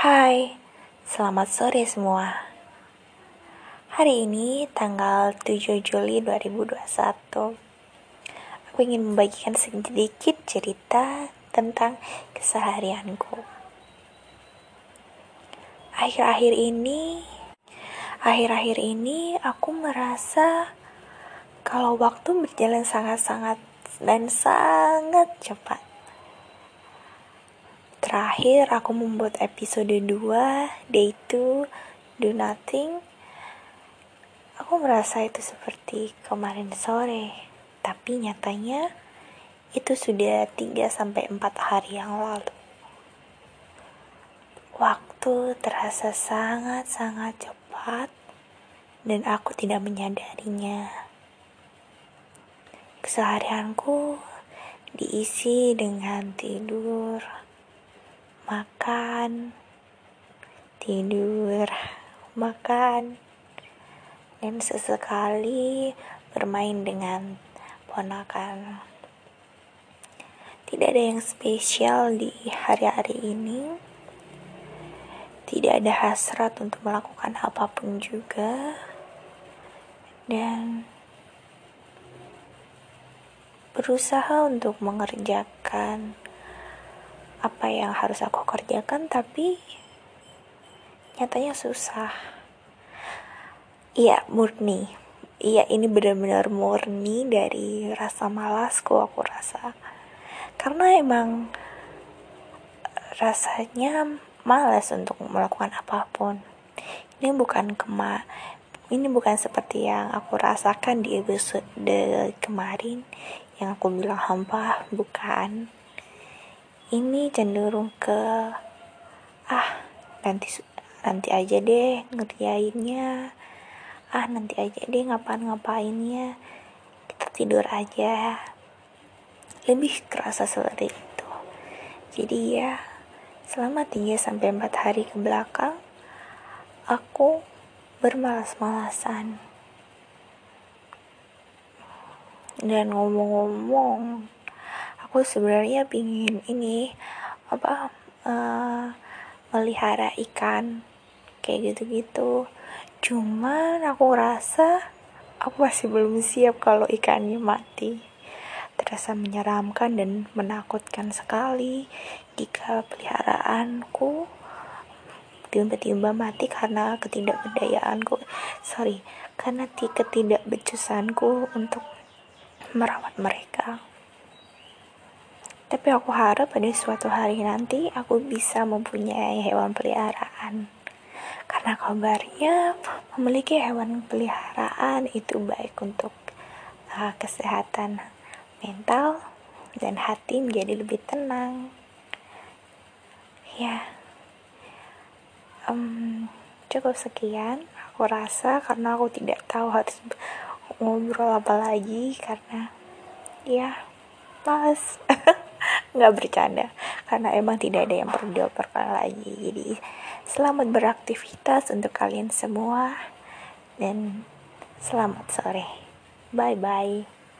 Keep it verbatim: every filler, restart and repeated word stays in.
Hai, selamat sore semua. Hari ini tanggal tujuh Juli dua ribu dua puluh satu. Aku ingin membagikan sedikit cerita tentang keseharianku. Akhir-akhir ini, akhir-akhir ini aku merasa kalau waktu berjalan sangat-sangat dan sangat cepat. Terakhir aku membuat episode dua, Day two, Do Nothing. Aku merasa itu seperti kemarin sore, tapi nyatanya itu sudah tiga sampai empat hari yang lalu. Waktu terasa sangat-sangat cepat dan aku tidak menyadarinya. Keseharianku diisi dengan tidur, makan, tidur, makan, dan sesekali bermain dengan ponakan. Tidak ada yang spesial di hari-hari ini. Tidak ada hasrat untuk melakukan apapun juga. Dan berusaha untuk mengerjakan apa yang harus aku kerjakan, tapi nyatanya susah. Iya, murni. Iya, ini benar-benar murni dari rasa malasku, aku rasa. Karena emang rasanya malas untuk melakukan apapun. Ini bukan kema ini bukan seperti yang aku rasakan di episode kemarin yang aku bilang hampa, bukan. Ini cenderung ke ah, nanti nanti aja deh ngerjainnya. Ah, nanti aja deh ngapain-ngapainnya. Kita tidur aja. Lebih kerasa seperti itu. Jadi ya, selama tiga sampai empat hari ke belakang, aku bermalas-malasan. Dan ngomong-ngomong, aku sebenarnya pingin ini apa uh, melihara ikan kayak gitu-gitu. Cuman aku rasa aku masih belum siap kalau ikannya mati. Terasa menyeramkan dan menakutkan sekali jika peliharaanku tiba-tiba mati karena ketidakberdayaanku. Sorry, karena ketidakbecusanku untuk merawat mereka. Tapi aku harap pada suatu hari nanti aku bisa mempunyai hewan peliharaan. Karena kabarnya memiliki hewan peliharaan itu baik untuk uh, kesehatan mental dan hati menjadi lebih tenang. Ya, um, cukup sekian. Aku rasa karena aku tidak tahu harus ngobrol apa lagi karena ya males. Nggak bercanda, karena emang tidak ada yang perlu dioperkan lagi. Jadi selamat beraktivitas untuk kalian semua dan selamat sore. Bye bye.